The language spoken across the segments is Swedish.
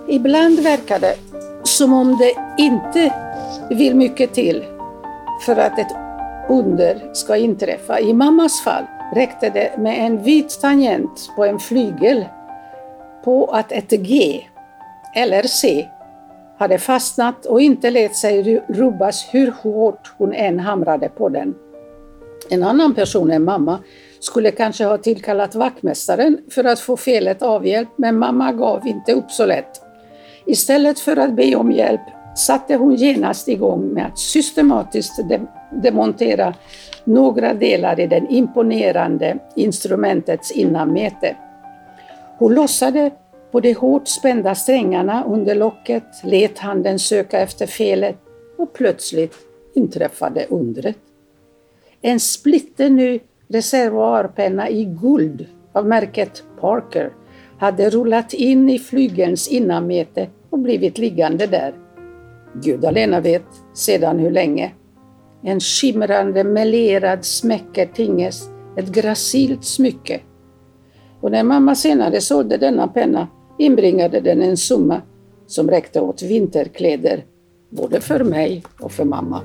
Ibland verkar det som om det inte vill mycket till för att ett under ska inträffa. I mammas fall räckte det med en vit tangent på en flygel på att ett G eller C hade fastnat och inte lät sig rubbas hur hårt hon än hamrade på den. En annan person än mamma skulle kanske ha tillkallat vaktmästaren för att få felet avhjälpt, men mamma gav inte upp så lätt. Istället för att be om hjälp satte hon genast igång med att systematiskt demontera några delar i det imponerande instrumentets innanmäte. Hon lossade på de hårt spända strängarna under locket, lät handen söka efter felet och plötsligt inträffade undret. En splitterny reservoarpenna i guld av märket Parker hade rullat in i flygelns innanmäte och blivit liggande där. Gud alena vet sedan hur länge. En skimrande melerad smäckertinges, ett gracilt smycke. Och när mamma senare sålde denna penna inbringade den en summa som räckte åt vinterkläder, både för mig och för mamma.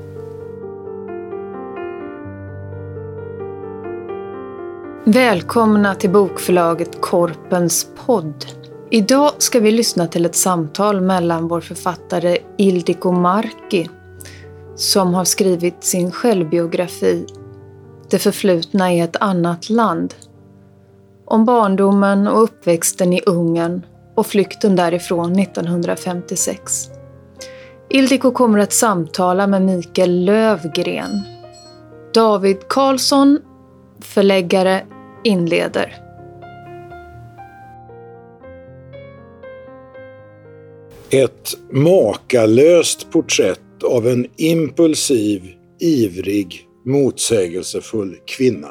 Välkomna till bokförlaget Korpens podd. Idag ska vi lyssna till ett samtal mellan vår författare Ildiko Markki, som har skrivit sin självbiografi Det förflutna i ett annat land, om barndomen och uppväxten i Ungern och flykten därifrån 1956. Ildiko kommer att samtala med Mikael Löfgren. David Karlsson, förläggare, inleder. Ett makalöst porträtt av en impulsiv, ivrig, motsägelsefull kvinna.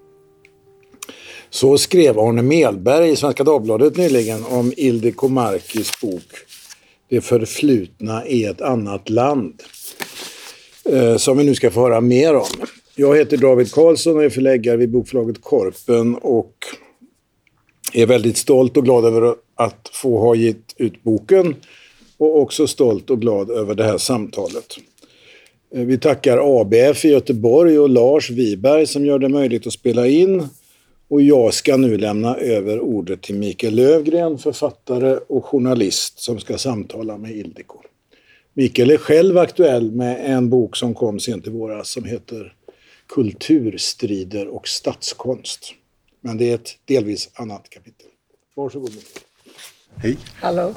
Så skrev Arne Melberg i Svenska Dagbladet nyligen om Ildiko Markkis bok Det förflutna i ett annat land, som vi nu ska få höra mer om. Jag heter David Karlsson och är förläggare vid bokförlaget Korpen och är väldigt stolt och glad över att få ha gett ut boken och också stolt och glad över det här samtalet. Vi tackar ABF i Göteborg och Lars Wiberg som gör det möjligt att spela in. Och jag ska nu lämna över ordet till Mikael Löfgren, författare och journalist som ska samtala med Ildiko. Mikael är själv aktuell med en bok som kom sent i våras som heter Kulturstrider och statskonst. Men det är ett delvis annat kapitel. Varsågod Mikael. Hej. Hallå.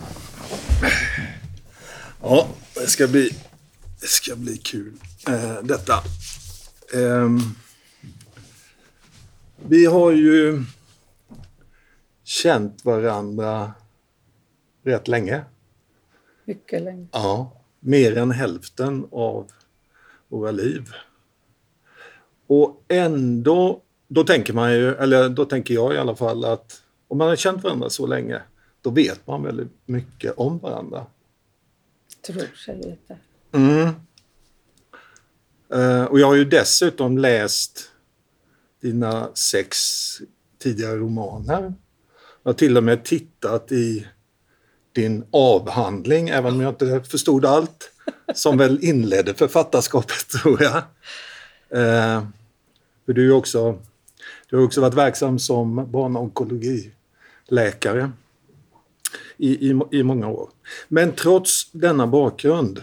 Ja, det ska bli kul detta. Vi har ju känt varandra rätt länge. Mycket länge. Ja, mer än hälften av våra liv. Och ändå, då tänker jag i alla fall att om man har känt varandra så länge, då vet man väldigt mycket om varandra. Tror sig lite. Och jag har ju dessutom läst dina 6 tidigare romaner. Jag har till och med tittat i din avhandling, även om jag inte förstod allt, som väl inledde författarskapet, tror jag. För du har också varit verksam som barnonkologiläkare i många år. Men trots denna bakgrund,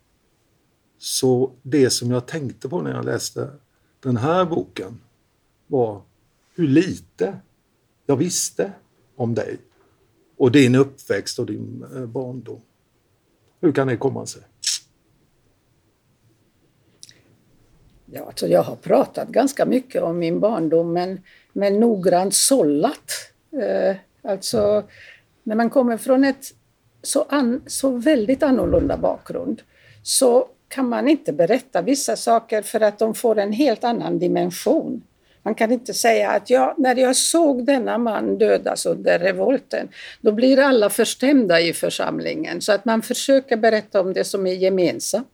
så det som jag tänkte på när jag läste den här boken var hur lite jag visste om dig och din uppväxt och din barndom. Hur kan det komma sig? Ja, alltså jag har pratat ganska mycket om min barndom, men noggrant sållat. Alltså, när man kommer från ett så väldigt annorlunda bakgrund så kan man inte berätta vissa saker för att de får en helt annan dimension. Man kan inte säga att när jag såg denna man dödas under revolten, då blir alla förstämda i församlingen. Så att man försöker berätta om det som är gemensamt.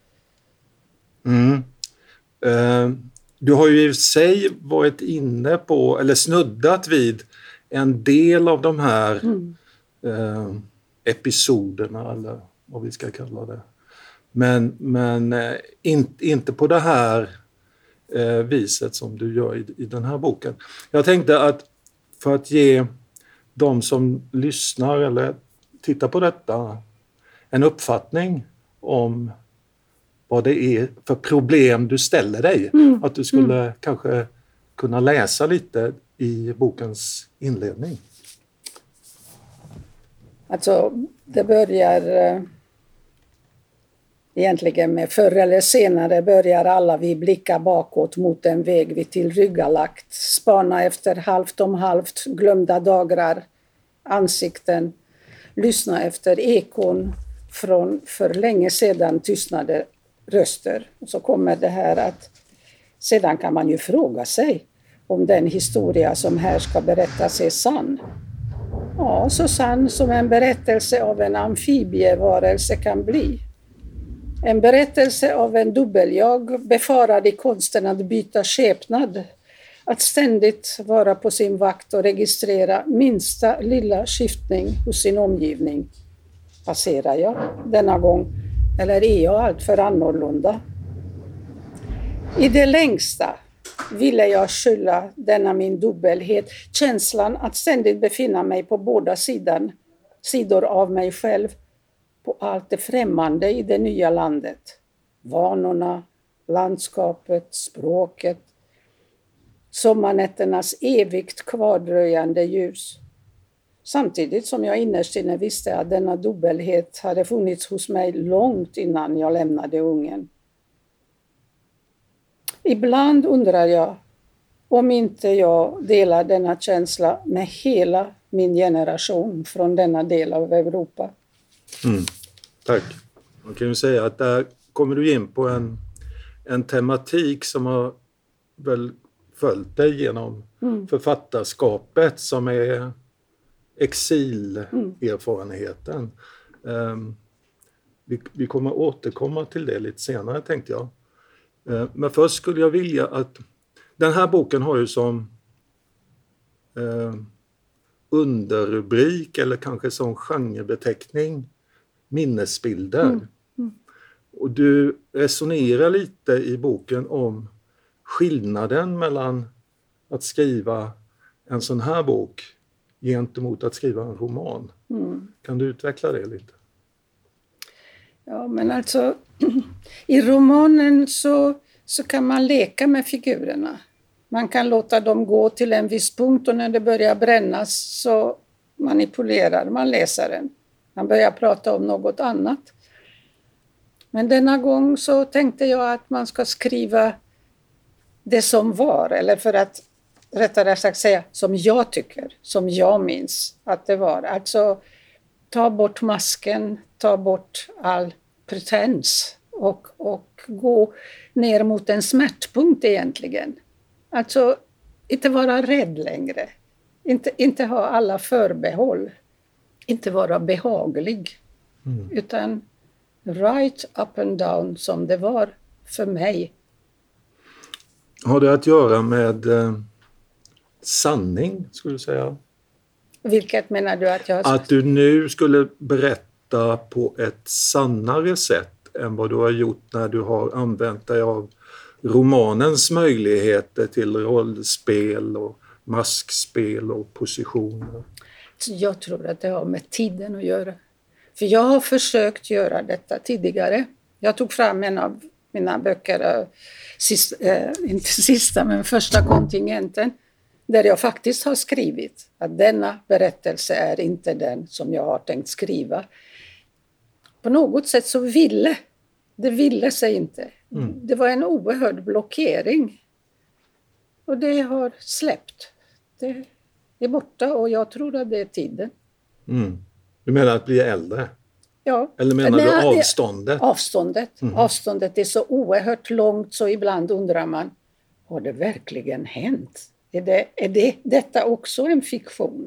Du har ju i sig varit inne på, eller snuddat vid en del av de här episoderna eller vad vi ska kalla det. Men inte på det här viset som du gör i den här boken. Jag tänkte att för att ge de som lyssnar eller tittar på detta en uppfattning om vad det är för problem du ställer dig. Att du skulle kanske kunna läsa lite i bokens inledning. Alltså, det börjar egentligen med förr eller senare börjar alla vi blicka bakåt mot den väg vi tillryggalagt, spana efter halvt om halvt glömda dagrar, ansikten, lyssna efter ekon från för länge sedan tystnade röster. Och så kommer det här att sedan kan man ju fråga sig om den historia som här ska berättas är sann. Ja, så sann som en berättelse av en amfibievarelse kan bli. En berättelse av en dubbeljag befarad i konsten att byta skepnad. Att ständigt vara på sin vakt och registrera minsta lilla skiftning hos sin omgivning. Passerar jag denna gång eller är jag allt för annorlunda? I det längsta ville jag skylla denna min dubbelhet, känslan att ständigt befinna mig på båda sidor av mig själv, på allt det främmande i det nya landet. Vanorna, landskapet, språket, sommarnätternas evigt kvardröjande ljus. Samtidigt som jag innerst inne visste att denna dubbelhet hade funnits hos mig långt innan jag lämnade Ungern. Ibland undrar jag om inte jag delar denna känsla med hela min generation från denna del av Europa. Tack. Man kan ju säga att där kommer du in på en tematik som har väl följt dig genom författarskapet, som är exilerfarenheten. Vi kommer återkomma till det lite senare, tänkte jag. Men först skulle jag vilja att den här boken har ju som underrubrik eller kanske som genrebeteckning minnesbilder. Och du resonerar lite i boken om skillnaden mellan att skriva en sån här bok gentemot att skriva en roman. Kan du utveckla det lite? Ja, men alltså i romanen så kan man leka med figurerna. Man kan låta dem gå till en viss punkt och när det börjar brännas så manipulerar man läsaren. Man börjar prata om något annat. Men denna gång så tänkte jag att man ska skriva det som var, eller för att rättare sagt säga som jag tycker, som jag minns att det var. Alltså ta bort masken, ta bort all pretens och gå ner mot en smärtpunkt egentligen. Alltså inte vara rädd längre, inte ha alla förbehåll, inte vara behaglig, utan right up and down som det var för mig. Har det att göra med sanning, skulle du säga? Vilket menar du att jag har sagt? Att du nu skulle berätta på ett sannare sätt än vad du har gjort när du har använt dig av romanens möjligheter till rollspel och maskspel och positioner. Jag tror att det har med tiden att göra. För jag har försökt göra detta tidigare. Jag tog fram en av mina böcker, inte sista men första kontingenten, där jag faktiskt har skrivit att denna berättelse är inte den som jag har tänkt skriva. På något sätt så ville sig inte. Det var en oerhörd blockering. Och det har släppt. Det är borta och jag tror att det är tiden. Du menar att bli äldre? Ja. Eller menar du avståndet? Avståndet. Avståndet är så oerhört långt så ibland undrar man, har det verkligen hänt? Är detta också en fiktion?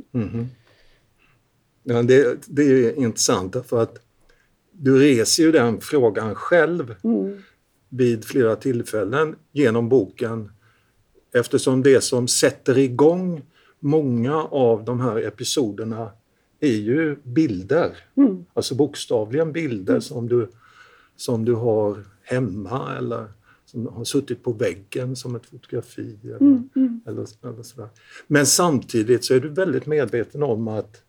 Ja, det är intressant för att du reser ju den frågan själv vid flera tillfällen genom boken, eftersom det som sätter igång många av de här episoderna är ju bilder. Alltså bokstavligen bilder som du har hemma eller som har suttit på väggen som ett fotografi eller sådär. Men samtidigt så är du väldigt medveten om att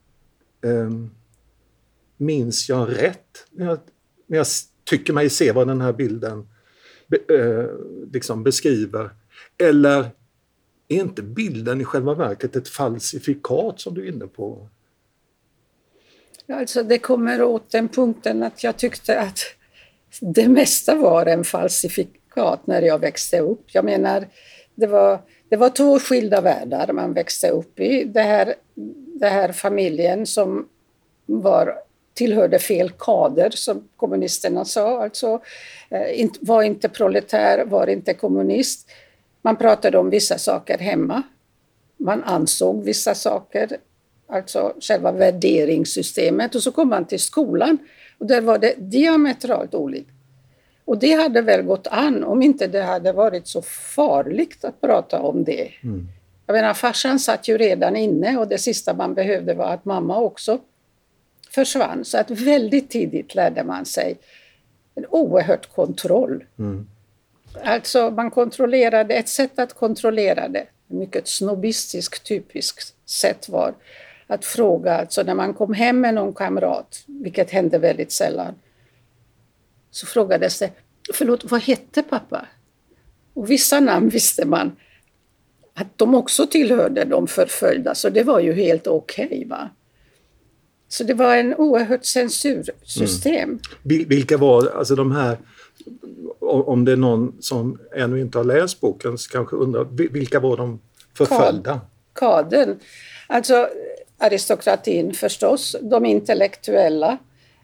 minns jag rätt när jag tycker mig se vad den här bilden liksom beskriver, eller är inte bilden i själva verket ett falsifikat som du är inne på? Alltså det kommer åt den punkten att jag tyckte att det mesta var en falsifikat när jag växte upp. Jag menar, det var två skilda världar man växte upp i. Det här familjen som tillhörde fel kader, som kommunisterna sa. Alltså, var inte proletär, var inte kommunist. Man pratade om vissa saker hemma. Man ansåg vissa saker, alltså själva värderingssystemet. Och så kom man till skolan och där var det diametralt olikt. Och det hade väl gått an om inte det hade varit så farligt att prata om det. Jag menar, farsan satt ju redan inne och det sista man behövde var att mamma också försvann. Så att väldigt tidigt lärde man sig en oerhört kontroll. Alltså man kontrollerade, ett sätt att kontrollera det, ett mycket snobbistiskt typiskt sätt var att fråga, alltså när man kom hem med någon kamrat, vilket hände väldigt sällan, så frågades det, förlåt, vad hette pappa? Och vissa namn visste man att de också tillhörde de förföljda, så det var ju helt okej, va? Så det var en oerhört censursystem. Vilka var alltså de här, om det är någon som ännu inte har läst boken så kanske undrar, vilka var de förföljda? Kadern, alltså aristokratin förstås, de intellektuella,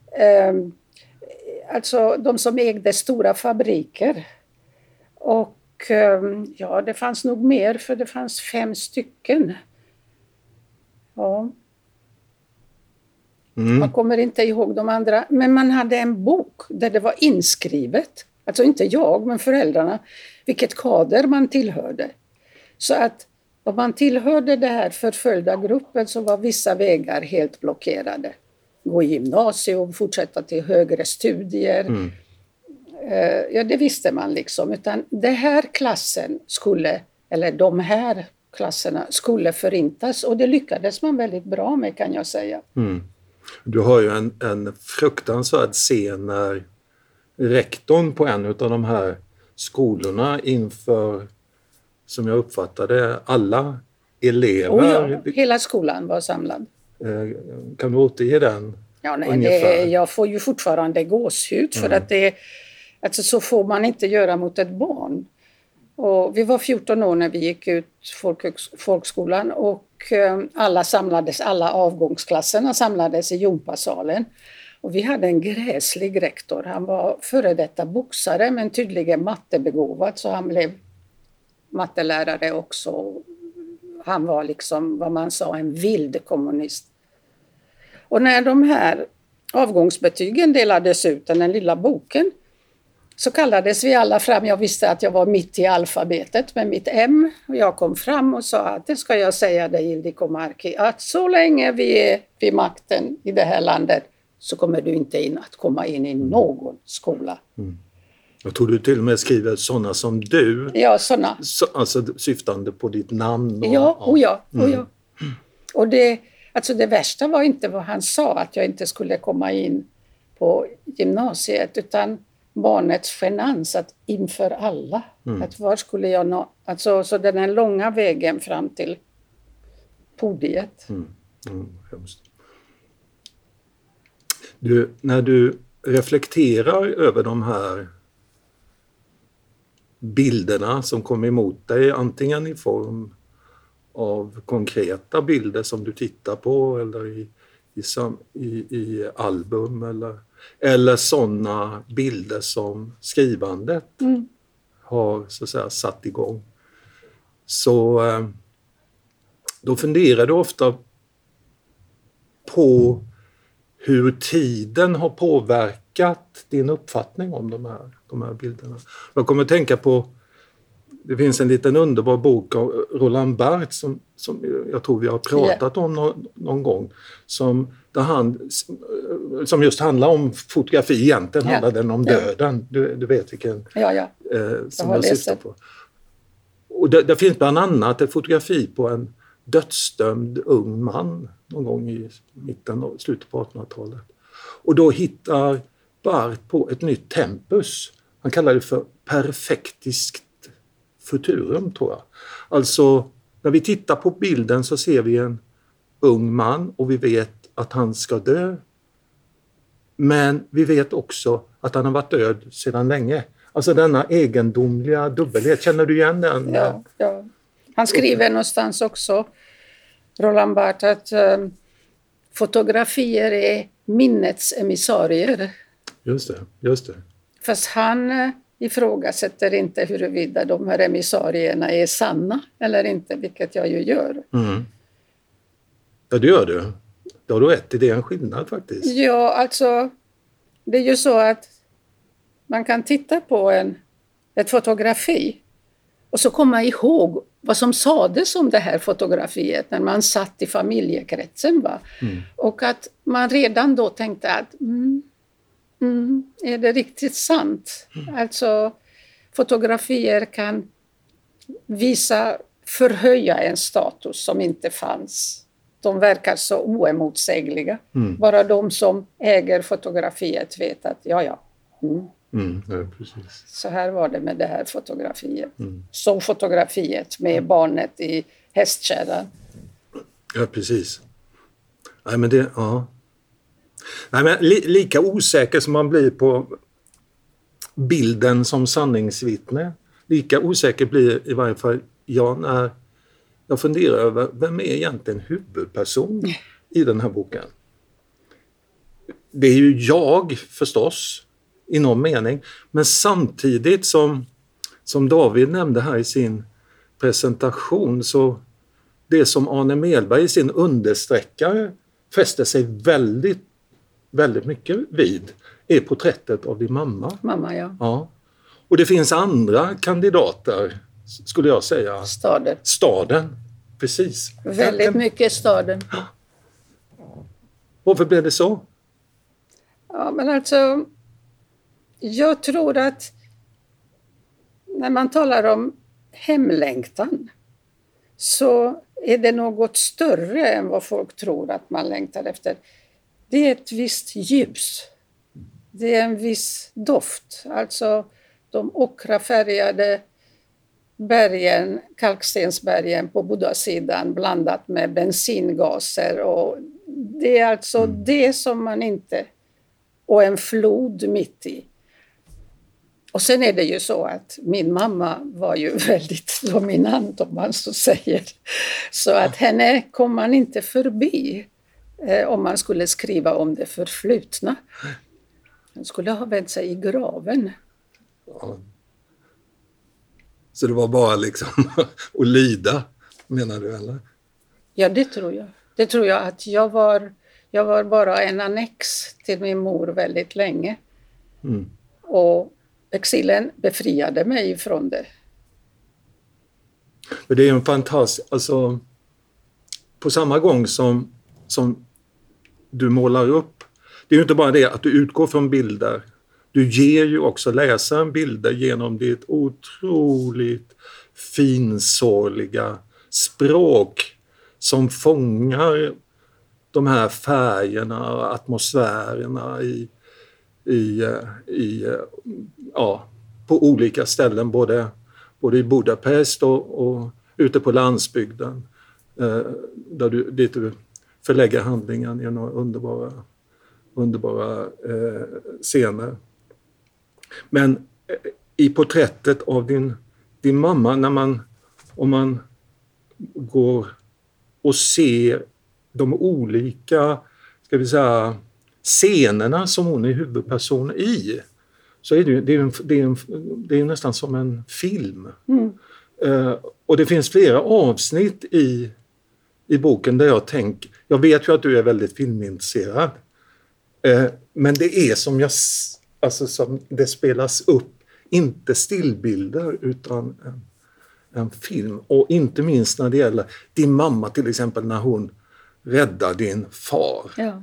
alltså de som ägde stora fabriker. Och ja, det fanns nog mer, för det fanns 5 stycken. Ja. Man kommer inte ihåg de andra, men man hade en bok där det var inskrivet, alltså inte jag men föräldrarna, vilket kader man tillhörde. Så att om man tillhörde det här förföljda gruppen så var vissa vägar helt blockerade. Gå i gymnasium, fortsätta till högre studier. Ja, det visste man liksom. Utan det här klassen skulle, eller de här klasserna skulle förintas, och det lyckades man väldigt bra med, kan jag säga. Du har ju en fruktansvärd scen när rektorn på en av de här skolorna inför, som jag uppfattade, alla elever. Ja, hela skolan var samlad. Kan du återge den? Ja, nej, jag får ju fortfarande gåshud för att alltså, så får man inte göra mot ett barn. Och vi var 14 år när vi gick ut folkskolan och alla avgångsklasserna samlades i gympasalen. Och vi hade en gräslig rektor. Han var före detta boxare men tydligen mattebegåvad, så han blev mattelärare också. Han var liksom, vad man sa, en vild kommunist. Och när de här avgångsbetygen delades ut, den lilla boken, så kallades vi alla fram. Jag visste att jag var mitt i alfabetet med mitt M. Och jag kom fram och sa att det ska jag säga dig, Ildiko Marki, att så länge vi är vid makten i det här landet så kommer du inte komma in i någon skola. Jag tror du till och med skriver sådana som du. Ja, sådana. Alltså syftande på ditt namn. Och det värsta var inte vad han sa, att jag inte skulle komma in på gymnasiet, utan barnets genans att inför alla. Att var skulle jag nå? Alltså, så den här långa vägen fram till podiet. När du reflekterar över de här bilderna som kom emot dig, antingen i form av konkreta bilder som du tittar på eller i album eller sådana bilder som skrivandet har så att säga satt igång, så då funderar du ofta på hur tiden har påverkat din uppfattning om de här bilderna. Jag kommer att tänka på Det finns en liten underbar bok av Roland Barthes som jag tror vi har pratat om någon gång. Som just handlar om fotografi. Egentligen handlar den om döden. Du vet vilken som jag syftar på. Och det finns bland annat ett fotografi på en dödsdömd ung man någon gång i slutet på 1800-talet. Och då hittar Barthes på ett nytt tempus. Han kallar det för perfektiskt futurum, tror jag. Alltså, när vi tittar på bilden så ser vi en ung man och vi vet att han ska dö. Men vi vet också att han har varit död sedan länge. Alltså denna egendomliga dubbelhet. Känner du igen den? Ja. Han skriver någonstans också, Roland Barthes, att fotografier är minnets emissarier. Just det. Fast han ifrågasätter inte huruvida de här emissarierna är sanna eller inte, vilket jag ju gör. Mm. Ja, det gör du. Då har du rätt i det, en skillnad faktiskt. Ja, alltså det är ju så att man kan titta på ett fotografi och så komma ihåg vad som sades om det här fotografiet när man satt i familjekretsen. Va? Mm. Och att man redan då tänkte att är det riktigt sant? Alltså fotografier kan förhöja en status som inte fanns. De verkar så oemotsägliga. Bara de som äger fotografiet vet att ja, precis. Så här var det med det här fotografiet. Så fotografiet med barnet i hästkärran. Ja, precis. Nej, men det, Nej, men lika osäker som man blir på bilden som sanningsvittne, lika osäker blir i varje fall jag när jag funderar över vem är egentligen huvudperson i den här boken. Det är ju jag förstås i någon mening, men samtidigt som David nämnde här i sin presentation, så det som Arne Melberg i sin understräckare fäster sig väldigt, väldigt mycket vid är porträttet av din mamma. Mamma, ja. Och det finns andra kandidater, skulle jag säga. Staden, precis. Väldigt mycket staden. Varför blev det så? Ja, men alltså, jag tror att när man talar om hemlängtan så är det något större än vad folk tror att man längtar efter. Det är ett visst ljus. Det är en viss doft. Alltså de ockrafärgade bergen, kalkstensbergen på Buddha-sidan blandat med bensingaser. Och det är alltså det som man inte... Och en flod mitt i. Och sen är det ju så att min mamma var ju väldigt dominant, om man så säger. Så att henne kom man inte förbi om man skulle skriva om det förflutna. Hon skulle ha vänt sig i graven. Ja. Så det var bara liksom att lyda, menar du, eller? Ja, det tror jag. Det tror jag att jag var bara en annex till min mor väldigt länge. Och exilen befriade mig från det. Men det är en fantastisk... Alltså, på samma gång som du målar upp. Det är ju inte bara det att du utgår från bilder. Du ger ju också läsaren bilder genom ditt otroligt finsorgliga språk som fångar de här färgerna och atmosfärerna på olika ställen, både i Budapest och ute på landsbygden, dit du förlägger handlingen i några underbara scener. Men i porträttet av din mamma, om man går och ser de olika, ska vi säga, scenerna som hon är huvudperson i, så är det är nästan som en film. Och det finns flera avsnitt i boken där jag vet ju att du är väldigt filmintresserad, men det är som det spelas upp, inte stillbilder utan en film. Och inte minst när det gäller din mamma till exempel, när hon räddar din far. Ja.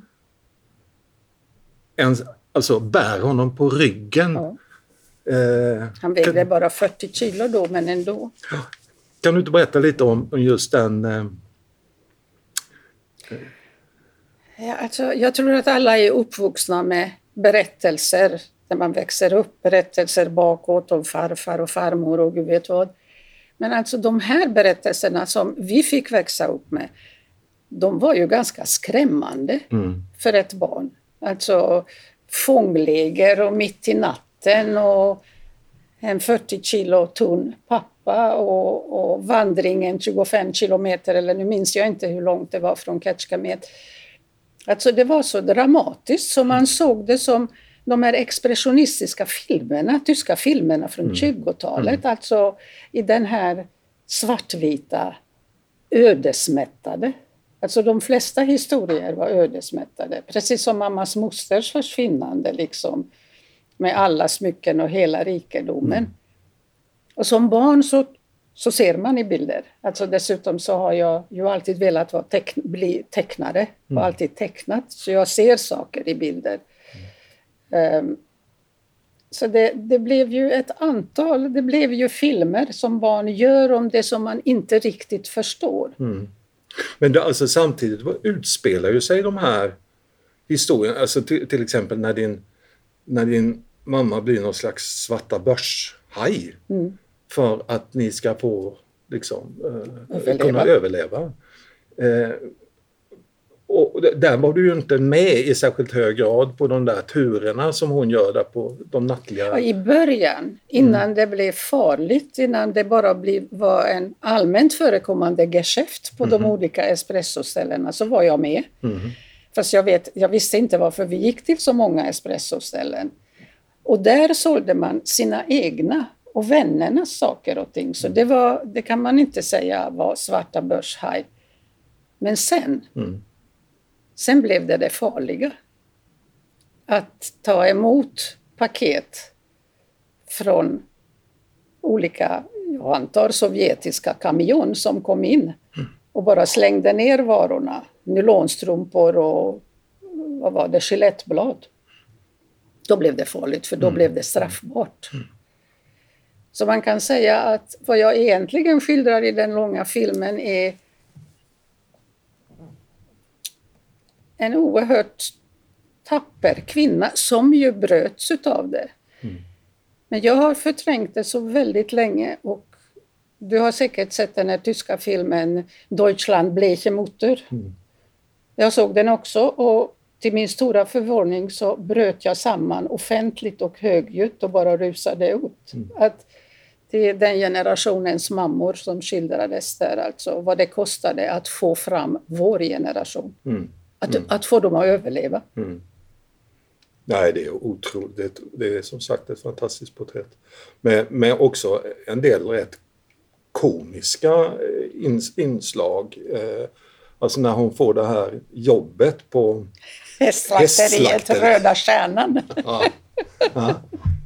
Alltså bär honom på ryggen. Ja. Han vägde bara 40 kilo då, men ändå. Kan du inte berätta lite om just den... Ja, alltså, jag tror att alla är uppvuxna med berättelser när man växer upp. Berättelser bakåt om farfar och farmor och gud vet vad. Men alltså de här berättelserna som vi fick växa upp med, de var ju ganska skrämmande för ett barn. Alltså fångläger och mitt i natten och en 40 kilo tunn pappa och vandringen 25 kilometer, eller nu minns jag inte hur långt det var från Kecskemét. Alltså det var så dramatiskt så man såg det som de här expressionistiska filmerna, tyska filmerna från 20-talet. Alltså i den här svartvita ödesmättade. Alltså de flesta historier var ödesmättade. Precis som mammas mosters försvinnande liksom. Med alla smycken och hela rikedomen. Och som barn så ser man i bilder. Alltså dessutom så har jag ju alltid velat bli tecknare. Och alltid tecknat. Så jag ser saker i bilder. Så det blev ju det blev ju filmer som barn gör om det som man inte riktigt förstår. Men det, alltså, samtidigt utspelar ju sig de här historierna. Alltså till exempel när din mamma blir någon slags svarta börshaj. För att ni ska få liksom, kunna överleva. Och där var du ju inte med i särskilt hög grad på de där turerna som hon gör där på de nattliga... Ja, i början, innan det blev farligt, innan det bara var en allmänt förekommande geschäft på de olika espressoställena, så var jag med. Fast jag visste inte varför vi gick till så många espressoställen. Och där sålde man sina egna och vännernas saker och ting. Så det kan man inte säga var svarta börshaj. Men sen blev det farliga. Att ta emot paket från olika, jag antar sovjetiska kamjon som kom in och bara slängde ner varorna. Nylonstrumpor och vad var det, Gillettblad. Då blev det farligt, för då blev det straffbart. Så man kan säga att vad jag egentligen skildrar i den långa filmen är en oerhört tapper kvinna som ju bröts utav det. Men jag har förträngt det så väldigt länge, och du har säkert sett den här tyska filmen Deutschland Bleche Mutter. Jag såg den också, och till min stora förvåning så bröt jag samman offentligt och högljutt och bara rusade ut. Att det är den generationens mammor som skildrades där, alltså vad det kostade att få fram vår generation. Att få dem att överleva. Nej, det är otroligt. Det är som sagt ett fantastiskt porträtt. Men också en del rätt komiska inslag. Alltså när hon får det här jobbet på hästslakteriet Röda Stjärnan. Ja.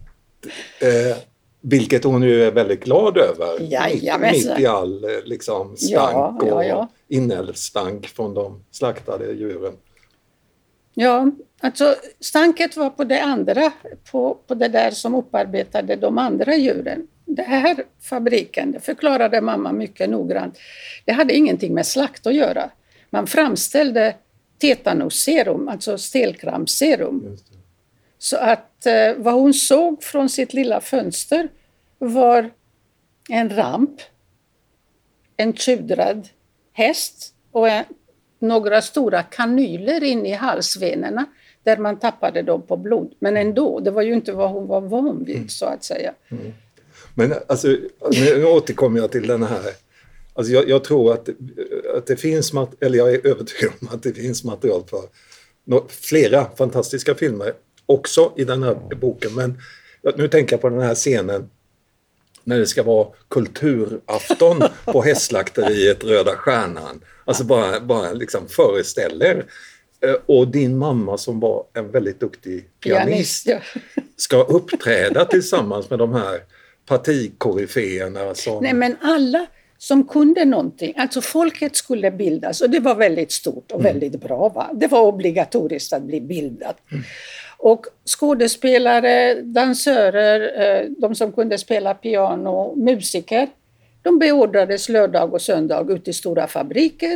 Vilket hon ju är väldigt glad över. Mitt i all liksom, stank och inälvsstank från de slaktade djuren. Ja, alltså stanket var på det andra, på det där som upparbetade de andra djuren. Det här fabriken, det förklarade mamma mycket noggrant. Det hade ingenting med slakt att göra. Man framställde tetanusserum, alltså stelkrampsserum. Så att vad hon såg från sitt lilla fönster var en ramp, en tjudrad häst och några stora kanyler in i halsvenerna där man tappade dem på blod. Men ändå, det var ju inte vad hon var van vid, så att säga. Men alltså, nu återkommer jag till den här. Alltså jag tror att det finns, eller jag är övertygad om att det finns material för flera fantastiska filmer också i den här boken. Men nu tänker jag på den här scenen när det ska vara kulturafton på hästslakteriet Röda Stjärnan. Alltså bara liksom föreställer. Och din mamma som var en väldigt duktig pianist ska uppträda tillsammans med de här partikoryféerna. Nej, men alla som kunde någonting, alltså folket skulle bildas och det var väldigt stort och väldigt bra. Va? Det var obligatoriskt att bli bildad. Och skådespelare, dansörer, de som kunde spela piano, musiker, de beordrades lördag och söndag ut i stora fabriker.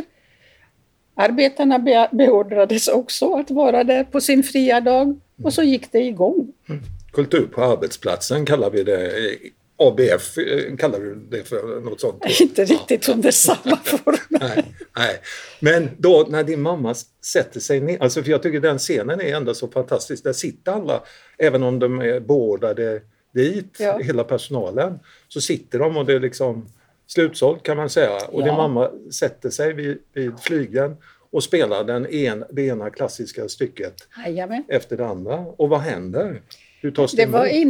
Arbetarna beordrades också att vara där på sin fria dag och så gick det igång. Kultur på arbetsplatsen kallar vi det. ABF kallar du det för något sånt? Inte riktigt under samma form. Nej. Men då när din mamma sätter sig ner, alltså för jag tycker den scenen är ändå så fantastisk. Där sitter alla, även om de är beordrade dit, hela personalen, så sitter de och det är liksom slutsålt kan man säga. Och din mamma sätter sig vid flygeln och spelar det ena klassiska stycket efter det andra. Och vad händer? Det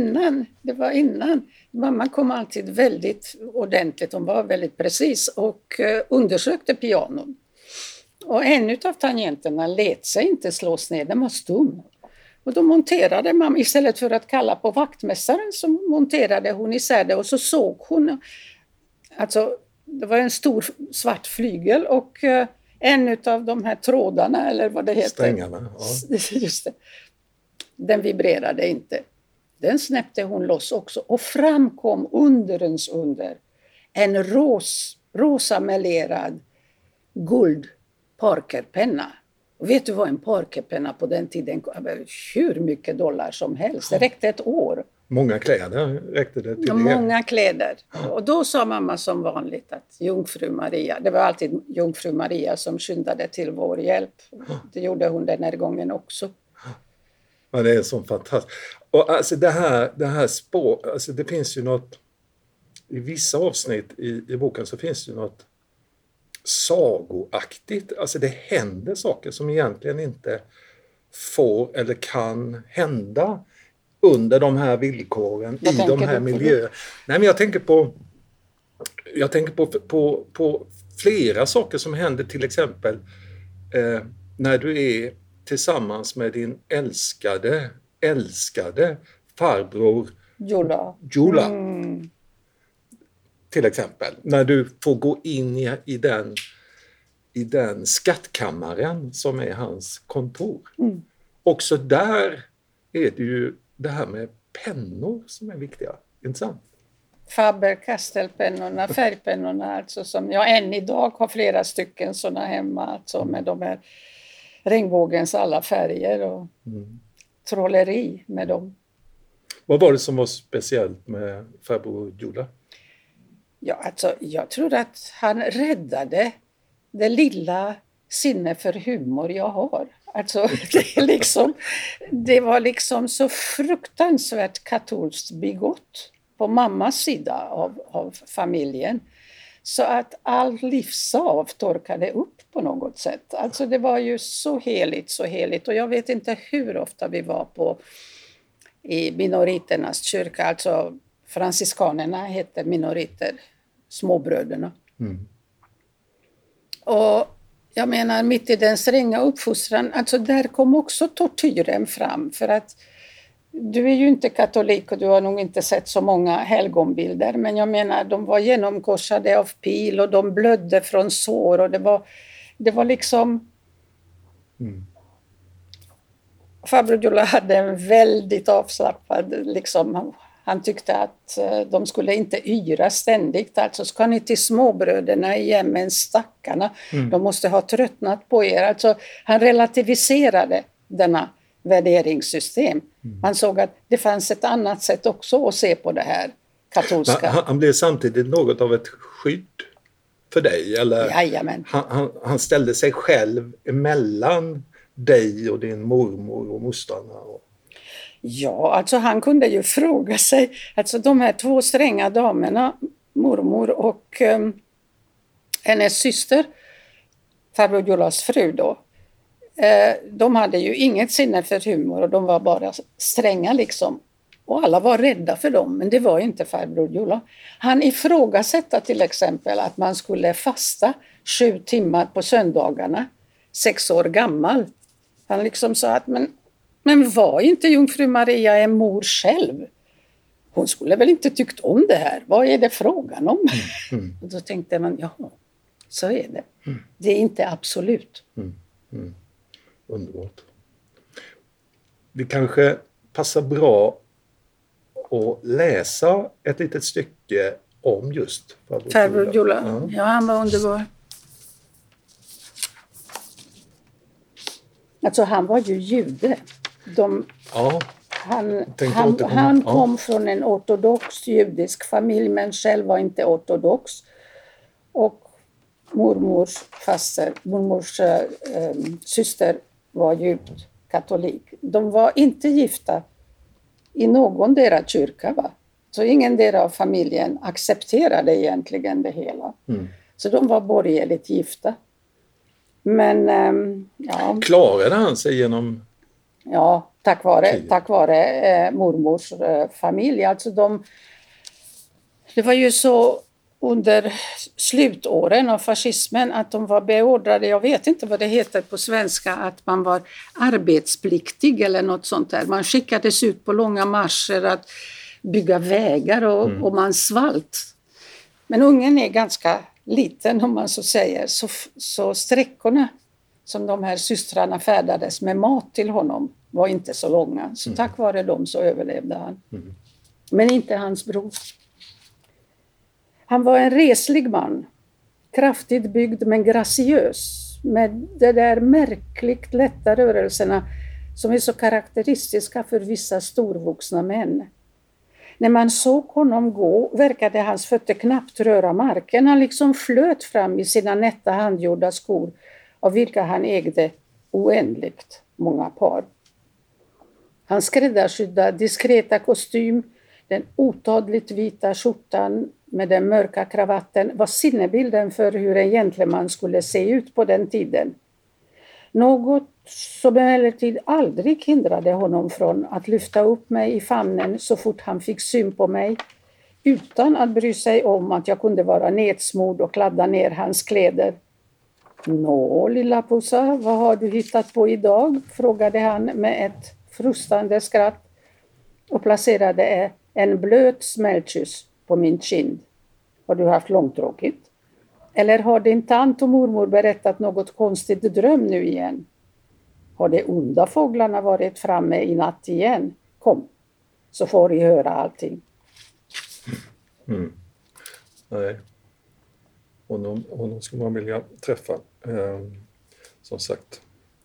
var innan. Mamma kom alltid väldigt ordentligt. Hon var väldigt precis och undersökte pianon. Och en av tangenterna lät sig inte slås ner. Den var stum. Och då monterade mamma, istället för att kalla på vaktmästaren, så monterade hon isär det. Och så såg hon, alltså det var en stor svart flygel och en av de här trådarna, eller vad det heter. Strängarna, Just det. Den vibrerade inte. Den snäppte hon loss också. Och framkom underens under en rosa melerad guld Parkerpenna. Och vet du vad en Parkerpenna på den tiden? Hur mycket dollar som helst. Det räckte ett år. Många kläder räckte det till. Många kläder. Och då sa mamma som vanligt att Jungfru Maria, det var alltid Jungfru Maria som skyndade till vår hjälp. Det gjorde hon den här gången också. Ja, det är så fantastiskt. Och alltså det här spår, alltså det finns ju något, i vissa avsnitt i boken så finns det ju något sagoaktigt. Alltså det händer saker som egentligen inte får eller kan hända under de här villkoren i de här miljöerna. Nej, men jag tänker på flera saker som händer, till exempel när du är tillsammans med din älskade farbror Jula. Till exempel. När du får gå in i den skattkammaren som är hans kontor. Också där är det ju det här med pennor som är viktiga. Intressant. Faber-Castell-pennorna, färgpennorna, alltså, som jag än idag har flera stycken sådana hemma, alltså, med de här regnbågens alla färger och trolleri med dem. Vad var det som var speciellt med farbror Jula? Ja, alltså, jag tror att han räddade det lilla sinne för humor jag har. Alltså, det var liksom så fruktansvärt katolskt begått på mammas sida av familjen. Så att all livsav torkade upp på något sätt. Alltså det var ju så heligt. Och jag vet inte hur ofta vi var i minoriternas kyrka. Alltså franciskanerna hette minoriter, småbröderna. Och jag menar, mitt i den stränga uppfostran, alltså där kom också tortyren fram. För att du är ju inte katolik och du har nog inte sett så många helgonbilder. Men jag menar, de var genomkorsade av pil och de blödde från sår. Och det var liksom... Farbror Jula hade en väldigt avslappnad... Liksom, han tyckte att de skulle inte yra ständigt. Alltså ska ni till småbröderna i Jemen, stackarna. De måste ha tröttnat på er. Alltså, han relativiserade denna värderingssystem. Han såg att det fanns ett annat sätt också att se på det här katolska. Han blev samtidigt något av ett skydd för dig? Eller? Jajamän. Han ställde sig själv emellan dig och din mormor och mostrarna? Ja, alltså han kunde ju fråga sig, alltså de här två stränga damerna, mormor och hennes syster, farbror Julas fru då, de hade ju inget sinne för humor och de var bara stränga liksom. Och alla var rädda för dem, men det var inte farbror Jula. Han ifrågasatte till exempel att man skulle fasta 7 timmar på söndagarna, 6 år gammal. Han liksom sa att men var inte Jungfru Maria en mor själv? hon skulle väl inte tyckt om det här. Vad är det frågan om? Och då tänkte man, ja, så är det. Det är inte absolut. Underbart. Det kanske passar bra att läsa ett litet stycke om just farbror Jula. Ja, han var underbar. Alltså han var ju jude. Han kom från en ortodox judisk familj, men själv var inte ortodox. Och mormors syster var djupt katolik. De var inte gifta i någon deras kyrka, va? Så ingen del av familjen accepterade egentligen det hela. Så de var borgerligt gifta. Men ja. Klarade han sig genom? Ja, tack vare mormors familj. Alltså det var ju så under slutåren av fascismen att de var beordrade, jag vet inte vad det heter på svenska, att man var arbetspliktig eller något sånt där. Man skickades ut på långa marscher att bygga vägar och man svalt. Men ungen är ganska liten, om man så säger, så sträckorna som de här systrarna färdades med mat till honom var inte så långa. Så tack vare dem så överlevde han. Men inte hans bror. Han var en reslig man, kraftigt byggd men graciös, med de där märkligt lätta rörelserna som är så karaktäristiska för vissa storvuxna män. När man såg honom gå verkade hans fötter knappt röra marken. Han liksom flöt fram i sina nätta handgjorda skor, av vilka han ägde oändligt många par. Hans skräddarsydda, diskreta kostym, den otadligt vita skjortan med den mörka kravatten var sinnebilden för hur en gentleman skulle se ut på den tiden. Något som emellertid aldrig hindrade honom från att lyfta upp mig i famnen så fort han fick syn på mig, utan att bry sig om att jag kunde vara nedsmord och kladda ner hans kläder. Nå, lilla pussa, vad har du hittat på idag? Frågade han med ett frustande skratt och placerade en blöt smältkyss på min kind. Har du haft långtråkigt? Eller har din tant och mormor berättat något konstigt dröm nu igen? Har de onda fåglarna varit framme i natt igen? Kom, så får ni höra allting. Nej. Honom skulle man vilja träffa. Som sagt.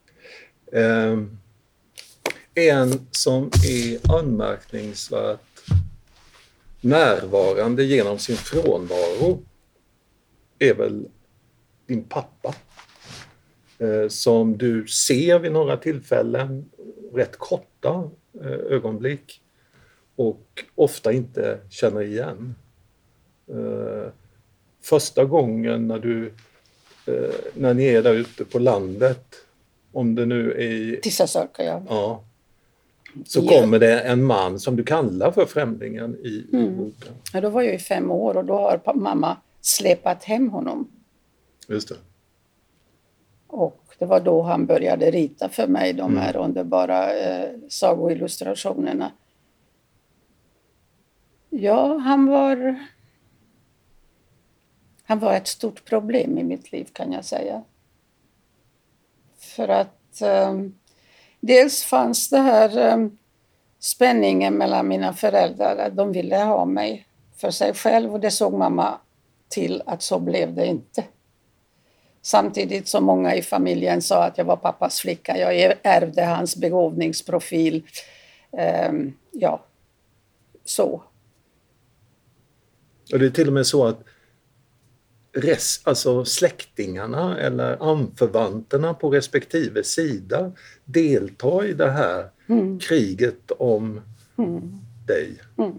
En som är anmärkningsvärt närvarande genom sin frånvaro är väl din pappa. Som du ser vid några tillfällen, rätt korta ögonblick, och ofta inte känner igen. Första gången när ni är där ute på landet, om det nu är i Tissasörka, ja. Så kommer det en man som du kallar för främlingen i boken. Ja, då var jag 5 år och då har mamma släpat hem honom. Just det. Och det var då han började rita för mig de här underbara sagoillustrationerna. Ja, han var ett stort problem i mitt liv, kan jag säga. För att dels fanns det här spänningen mellan mina föräldrar. De ville ha mig för sig själv och det såg mamma till att så blev det inte. Samtidigt som många i familjen sa att jag var pappas flicka. Jag ärvde hans begåvningsprofil. Ja, så. Och det är till och med så att alltså släktingarna eller anförvanterna på respektive sida deltar i det här kriget om dig.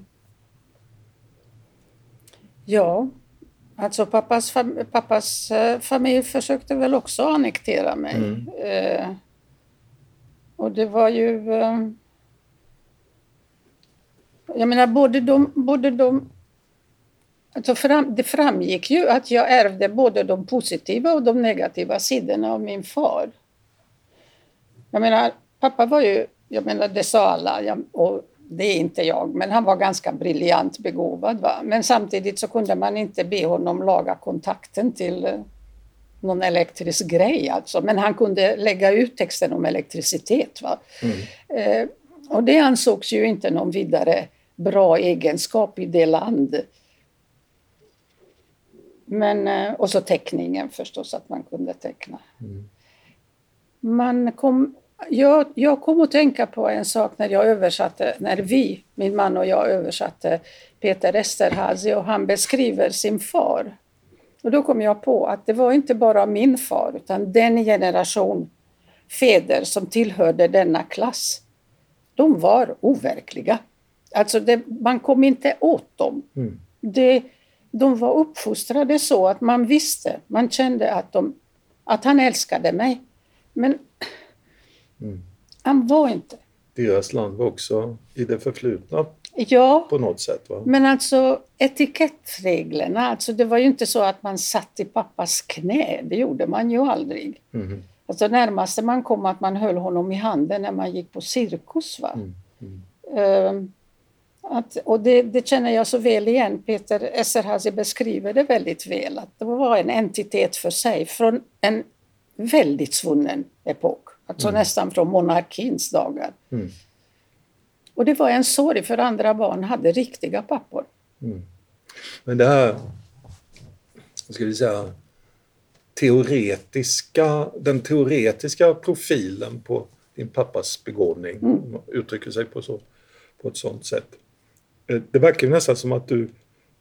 Ja, alltså pappas familj försökte väl också annektera mig. Och det var ju... jag menar, både de alltså det framgick ju att jag ärvde både de positiva och de negativa sidorna av min far. Jag menar, pappa var ju, det sa alla, och det är inte jag, men han var ganska briljant begåvad. Va? Men samtidigt så kunde man inte be honom laga kontakten till någon elektrisk grej. Alltså. Men han kunde lägga ut texten om elektricitet. Va? Och det ansågs ju inte någon vidare bra egenskap i det land. Men, och så teckningen förstås, att man kunde teckna. Jag kom att tänka på en sak när min man och jag översatte Peter Esterházy, och han beskriver sin far. Och då kom jag på att det var inte bara min far, utan den generation fäder som tillhörde denna klass. De var overkliga. Alltså man kom inte åt dem. De var uppfostrade så att man visste, man kände att han älskade mig. Men han var inte. Deras land var också i det förflutna på något sätt. Va? Men alltså etikettreglerna, alltså det var ju inte så att man satt i pappas knä, det gjorde man ju aldrig. Alltså närmaste man kom att man höll honom i handen när man gick på cirkus. Va? Och det känner jag så väl igen. Peter Esterházy beskriver det väldigt väl. Att det var en entitet för sig från en väldigt svunnen epok. Alltså nästan från monarkins dagar. Och det var en sorg, för andra barn hade riktiga pappor. Men det här, ska vi säga, den teoretiska profilen på din pappas begåvning uttrycker sig på ett sånt sätt. Det verkar nästan som att du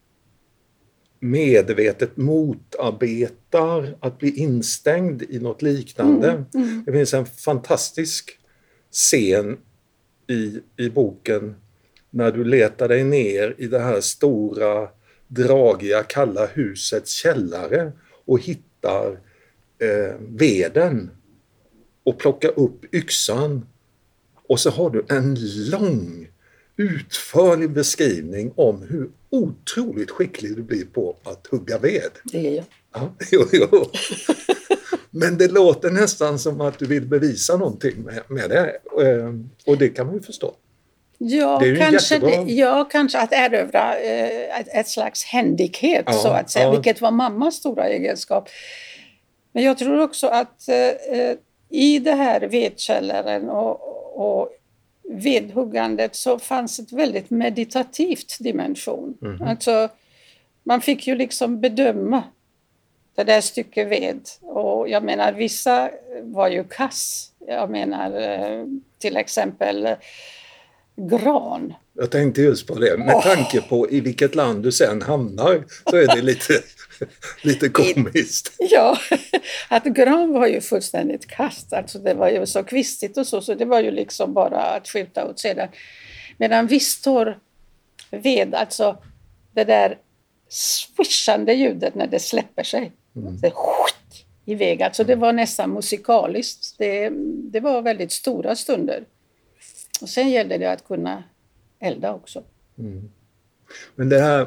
medvetet motarbetar att bli instängd i något liknande. Det finns en fantastisk scen i boken när du letar dig ner i det här stora, dragiga, kalla husets källare och hittar veden och plockar upp yxan, och så har du en lång, utförlig beskrivning om hur otroligt skicklig du blir på att hugga ved. Det är jag. Ja, jo. Men det låter nästan som att du vill bevisa någonting med det. Och det kan man ju förstå. Ja, kanske att erövra ett slags händighet, så att säga. Vilket var mammas stora egenskap. Men jag tror också att i det här vedkällaren och vedhuggandet så fanns ett väldigt meditativt dimension. Alltså, man fick ju liksom bedöma det där stycket ved. Och jag menar, vissa var ju kass. Jag menar till exempel gran. Jag tänkte just på det. Med tanke på i vilket land du sen hamnar så är det lite komiskt. Ja, att gran var ju fullständigt kast. Alltså det var ju så kvistigt och så det var ju liksom bara att skjuta åt sedan. Medan visst torr ved, alltså det där swishande ljudet när det släpper sig. Det iväg. Alltså det var nästan musikaliskt. Det var väldigt stora stunder. Och sen gällde det att kunna elda också. Men det här,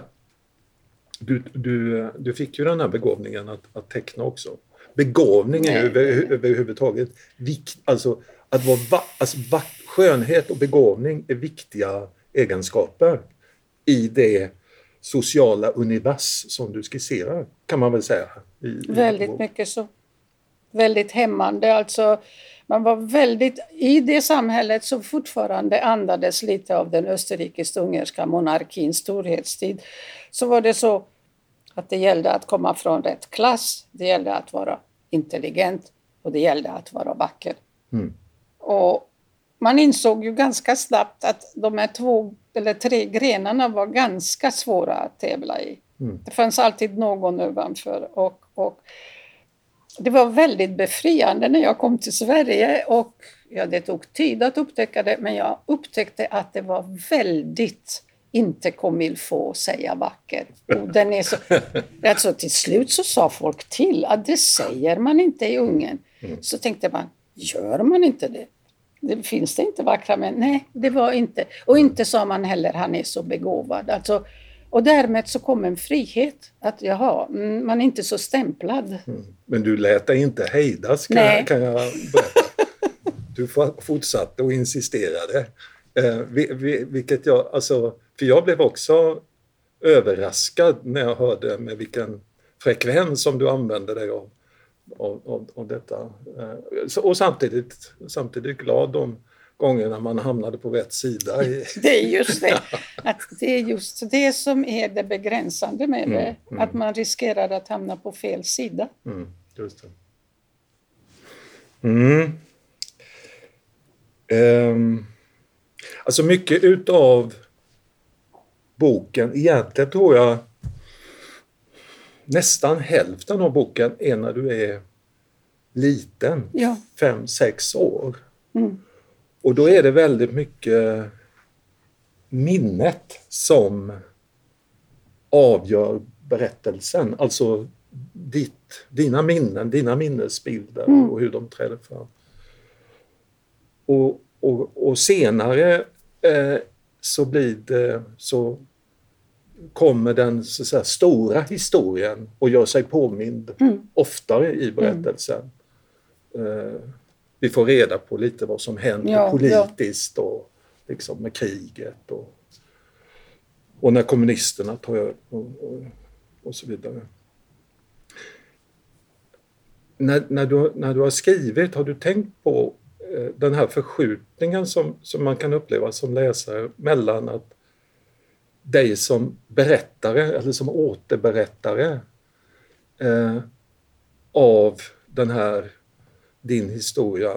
du fick ju den här begåvningen att teckna också. Begåvning är överhuvudtaget alltså skönhet och begåvning är viktiga egenskaper i det sociala univers som du skisserar, kan man väl säga. Väldigt mycket så. Väldigt hämmande. Alltså, man var väldigt, i det samhället som fortfarande andades lite av den österrikisk-ungerska monarkins storhetstid, så var det så att det gällde att komma från rätt klass, det gällde att vara intelligent och det gällde att vara vacker. Och man insåg ju ganska snabbt att de här 2 eller 3 grenarna var ganska svåra att tävla i. Det fanns alltid någon ovanför och det var väldigt befriande när jag kom till Sverige, och det tog tid att upptäcka det, men jag upptäckte att det var väldigt inte comme få säga vacker. Och den är så, alltså till slut så sa folk till att det säger man inte i Ungern. Så tänkte man, gör man inte det? Det finns det inte vackra män? Nej, det var inte. Och inte sa man heller, han är så begåvad. Alltså, och därmed så kom en frihet. Att man är inte så stämplad. Men du lät dig inte hejdas kan jag berätta. Du fortsatte och insisterade. Vilket jag, alltså, för jag blev också överraskad när jag hörde med vilken frekvens som du använde dig av detta. Och samtidigt glad de gångerna man hamnade på rätt sida. Det är just det. Att det är just det som är det begränsande med det. Att man riskerar att hamna på fel sida. Just det. Alltså mycket utav boken, egentligen tror jag nästan hälften av boken är när du är liten, 5-6 år. Och då är det väldigt mycket minnet som avgör berättelsen. Alltså dina minnen, dina minnesbilder och hur de träder fram. Och senare så kommer den så att säga, stora historien och gör sig påmind oftare i berättelsen. Vi får reda på lite vad som händer politiskt och liksom med kriget och när kommunisterna tar över och så vidare. När du har skrivit, har du tänkt på den här förskjutningen som man kan uppleva som läsare mellan att dig som berättare eller som återberättare av den här din historia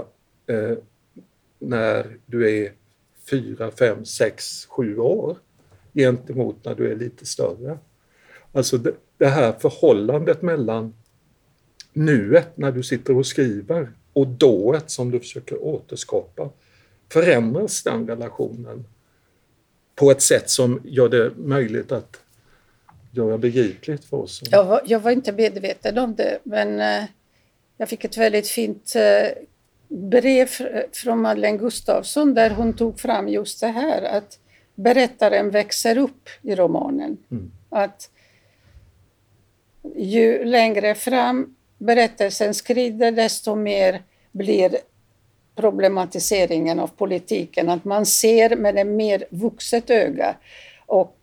när du är 4, 5, 6, 7 år gentemot när du är lite större. Alltså det här förhållandet mellan nuet när du sitter och skriver och dået som du försöker återskapa. Förändras den relationen på ett sätt som gör det möjligt att göra begripligt för oss? Jag var inte medveten om det, men jag fick ett väldigt fint brev från Madeleine Gustafsson där hon tog fram just det här att berättaren växer upp i romanen. Att ju längre fram berättelsen skrider desto mer blir problematiseringen av politiken. Att man ser med ett mer vuxet öga och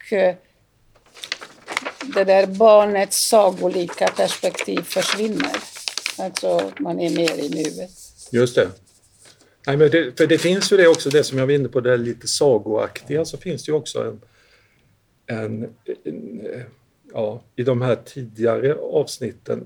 det där barnets sagolika perspektiv försvinner. Alltså man är mer i nuet. Just det. Nej, men för det finns ju det också, det som jag var inne på, det lite sagoaktiga, så finns det ju också i de här tidigare avsnitten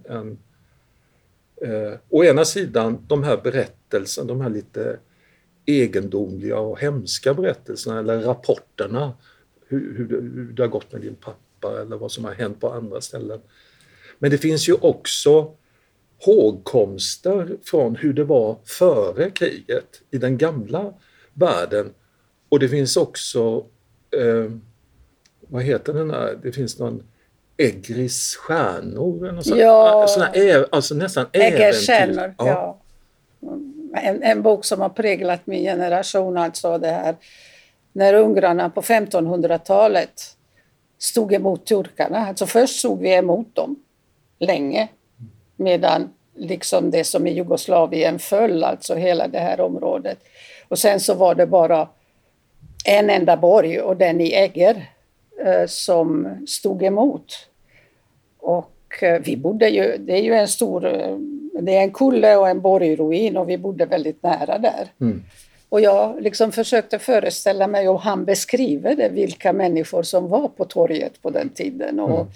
å ena sidan de här berättelserna, de här lite egendomliga och hemska berättelserna eller rapporterna, hur det har gått med din pappa eller vad som har hänt på andra ställen. Men det finns ju också hågkomster från hur det var före kriget i den gamla världen. Och det finns också, vad heter den här, det finns någon Egris stjärnor. Alltså nästan äventyr. Ja. En bok som har präglat min generation, alltså det här när ungrarna på 1500-talet stod emot turkarna. Alltså först stod vi emot dem länge, medan liksom det som i Jugoslavien föll, alltså hela det här området. Och sen så var det bara en enda borg och den i Eger som stod emot. Och vi bodde ju, det är ju det är en kulle och en borgruin och vi bodde väldigt nära där. Och jag liksom försökte föreställa mig, och han beskriver det, vilka människor som var på torget på den tiden. Och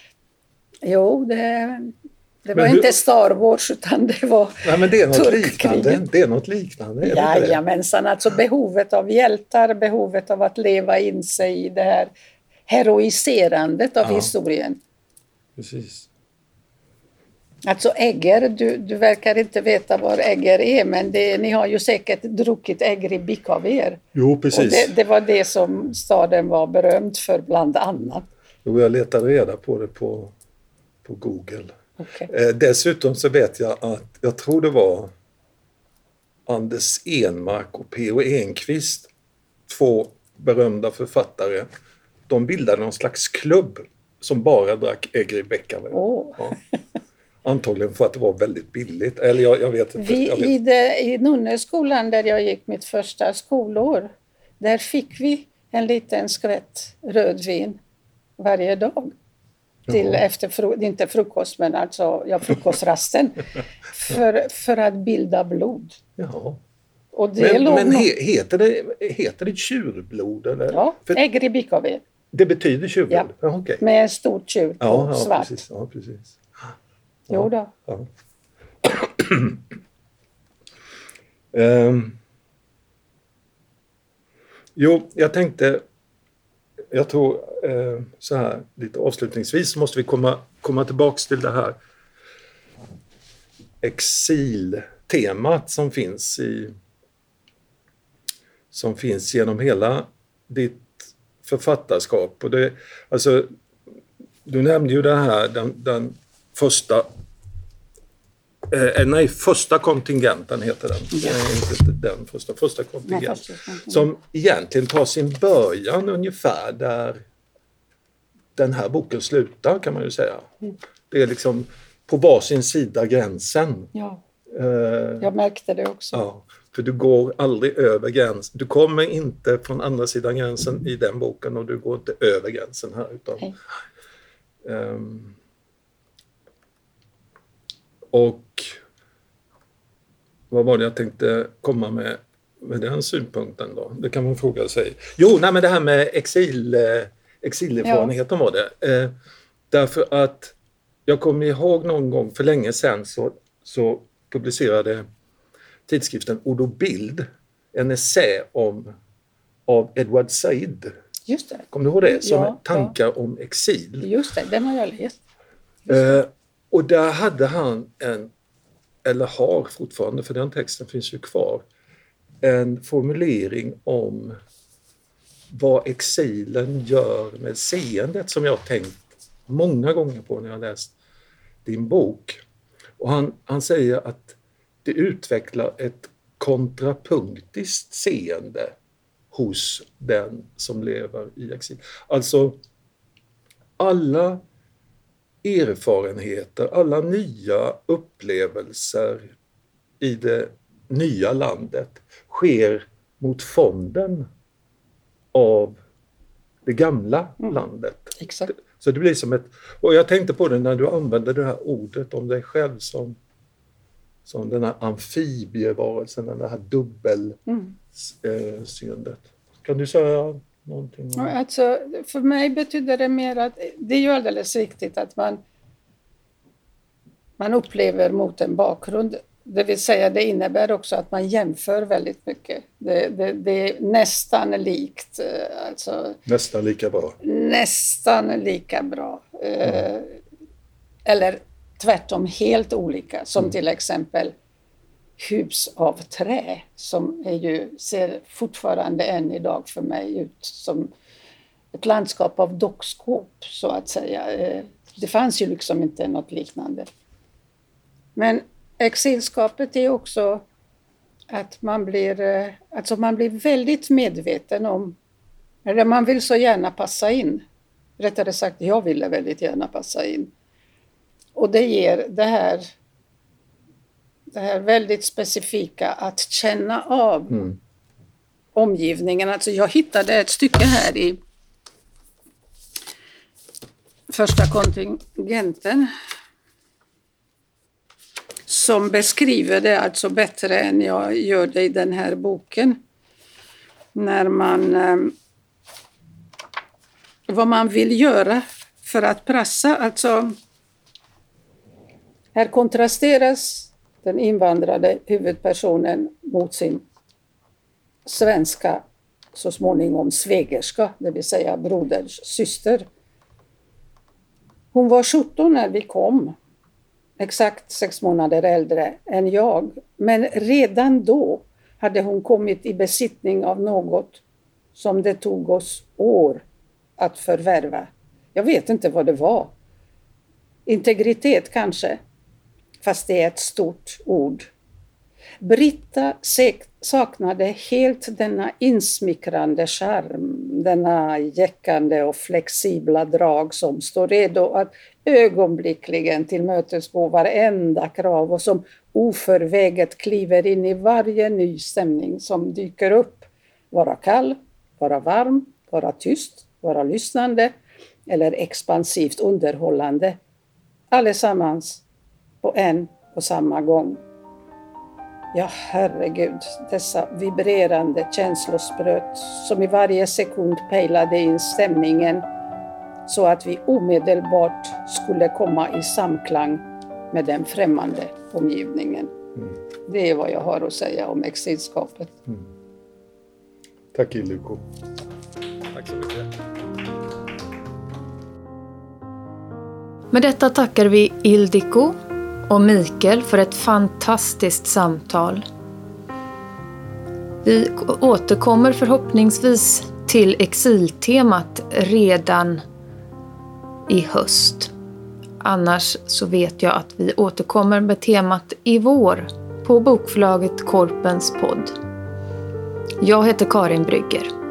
det var inte Star Wars utan det var turkkriget. Det är något liknande. Jajamensan, alltså behovet av hjältar, behovet av att leva in sig i det här heroiserandet av historien. Precis. Alltså Eger, du verkar inte veta var Eger är, men ni har ju säkert druckit Eger i Bick av er. Jo, precis. Och det var det som staden var berömd för bland annat. Jo, jag letade reda på det på Google. Okay. Dessutom så vet jag att jag tror det var Anders Enmark och P.O. Enquist, 2 berömda författare. De bildade någon slags klubb som bara drack Eger i Bäckave. Antagligen för att det var väldigt billigt. Eller jag vet inte. I Nunneskolan där jag gick mitt första skolår, där fick vi en liten skvätt rödvin varje dag. Till inte frukost, men alltså frukostrasten. för att bilda blod. Jaha. Och det men heter det tjurblod? Eller? Ja, äggribikaved. Det betyder tjurblod? Ja, okay. Med en stor tjur på svart. Precis. Ja, precis. Jo då. Ja. Jag tror så här lite avslutningsvis måste vi komma tillbaks till det här exiltemat som finns genom hela ditt författarskap. Och det, alltså, du nämnde ju det här, den första första kontingenten heter den. Ja. Inte den första kontingenten. Som egentligen tar sin början ungefär där den här boken slutar, kan man ju säga. Det är liksom på varsin sida gränsen. Ja, jag märkte det också. Ja, för du går aldrig över gränsen. Du kommer inte från andra sidan gränsen i den boken och du går inte över gränsen här. Utan, och vad var det jag tänkte komma med den synpunkten då? Det kan man fråga sig. Men det här med exilerfarenheten var det. Därför att jag kommer ihåg någon gång för länge sedan så publicerade tidskriften Ord och bild en essä av Edward Said. Just det. Kommer du ihåg det? Som tankar om exil. Just det, den har jag läst. Och där hade han eller har fortfarande, för den texten finns ju kvar, en formulering om vad exilen gör med seendet som jag har tänkt många gånger på när jag läst din bok. Och han säger att det utvecklar ett kontrapunktiskt seende hos den som lever i exil. Alltså alla erfarenheter, alla nya upplevelser i det nya landet sker mot fonden av det gamla landet. Exakt. Så det blir som och jag tänkte på det när du använde det här ordet om dig själv som den här amfibievarelsen, den här dubbelseendet. Kan du säga någonting om det? Alltså, för mig betyder det mer att det är ju alldeles riktigt att man upplever mot en bakgrund. Det vill säga det innebär också att man jämför väldigt mycket. Det är nästan likt. Alltså, nästan lika bra. Nästan lika bra. Eller tvärtom helt olika. Som till exempel hus av trä. Som ser fortfarande än idag för mig ut som ett landskap av dockskåp så att säga. Det fanns ju liksom inte något liknande. Men exilskapet är också att man blir väldigt medveten om, eller man vill så gärna passa in. Rättare sagt, jag ville väldigt gärna passa in. Och det ger det här väldigt specifika att känna av omgivningen. Alltså jag hittade ett stycke här i första kontingenten som beskriver det alltså bättre än jag gör det i den här boken. När vad man vill göra för att pressa. Alltså, här kontrasteras den invandrade huvudpersonen mot sin svenska, så småningom svägerska, det vill säga broders syster. Hon var 17 när vi kom. Exakt 6 månader äldre än jag. Men redan då hade hon kommit i besittning av något som det tog oss år att förvärva. Jag vet inte vad det var. Integritet kanske. Fast det är ett stort ord. Britta saknade helt denna insmickrande charm, denna jäckande och flexibla drag som står redo att ögonblickligen tillmötesgå varenda krav och som oförväget kliver in i varje ny stämning som dyker upp. Vara kall, vara varm, vara tyst, vara lyssnande eller expansivt underhållande. Allesammans på en och samma gång. Ja, herregud, dessa vibrerande känslospröt som i varje sekund pejlade in stämningen så att vi omedelbart skulle komma i samklang med den främmande omgivningen. Det är vad jag har att säga om exilskapet. Tack Ildiko. Tack så mycket. Med detta tackar vi Ildiko och Mikael för ett fantastiskt samtal. Vi återkommer förhoppningsvis till exiltemat redan i höst. Annars så vet jag att vi återkommer med temat i vår på bokförlaget Korpens podd. Jag heter Karin Brygger.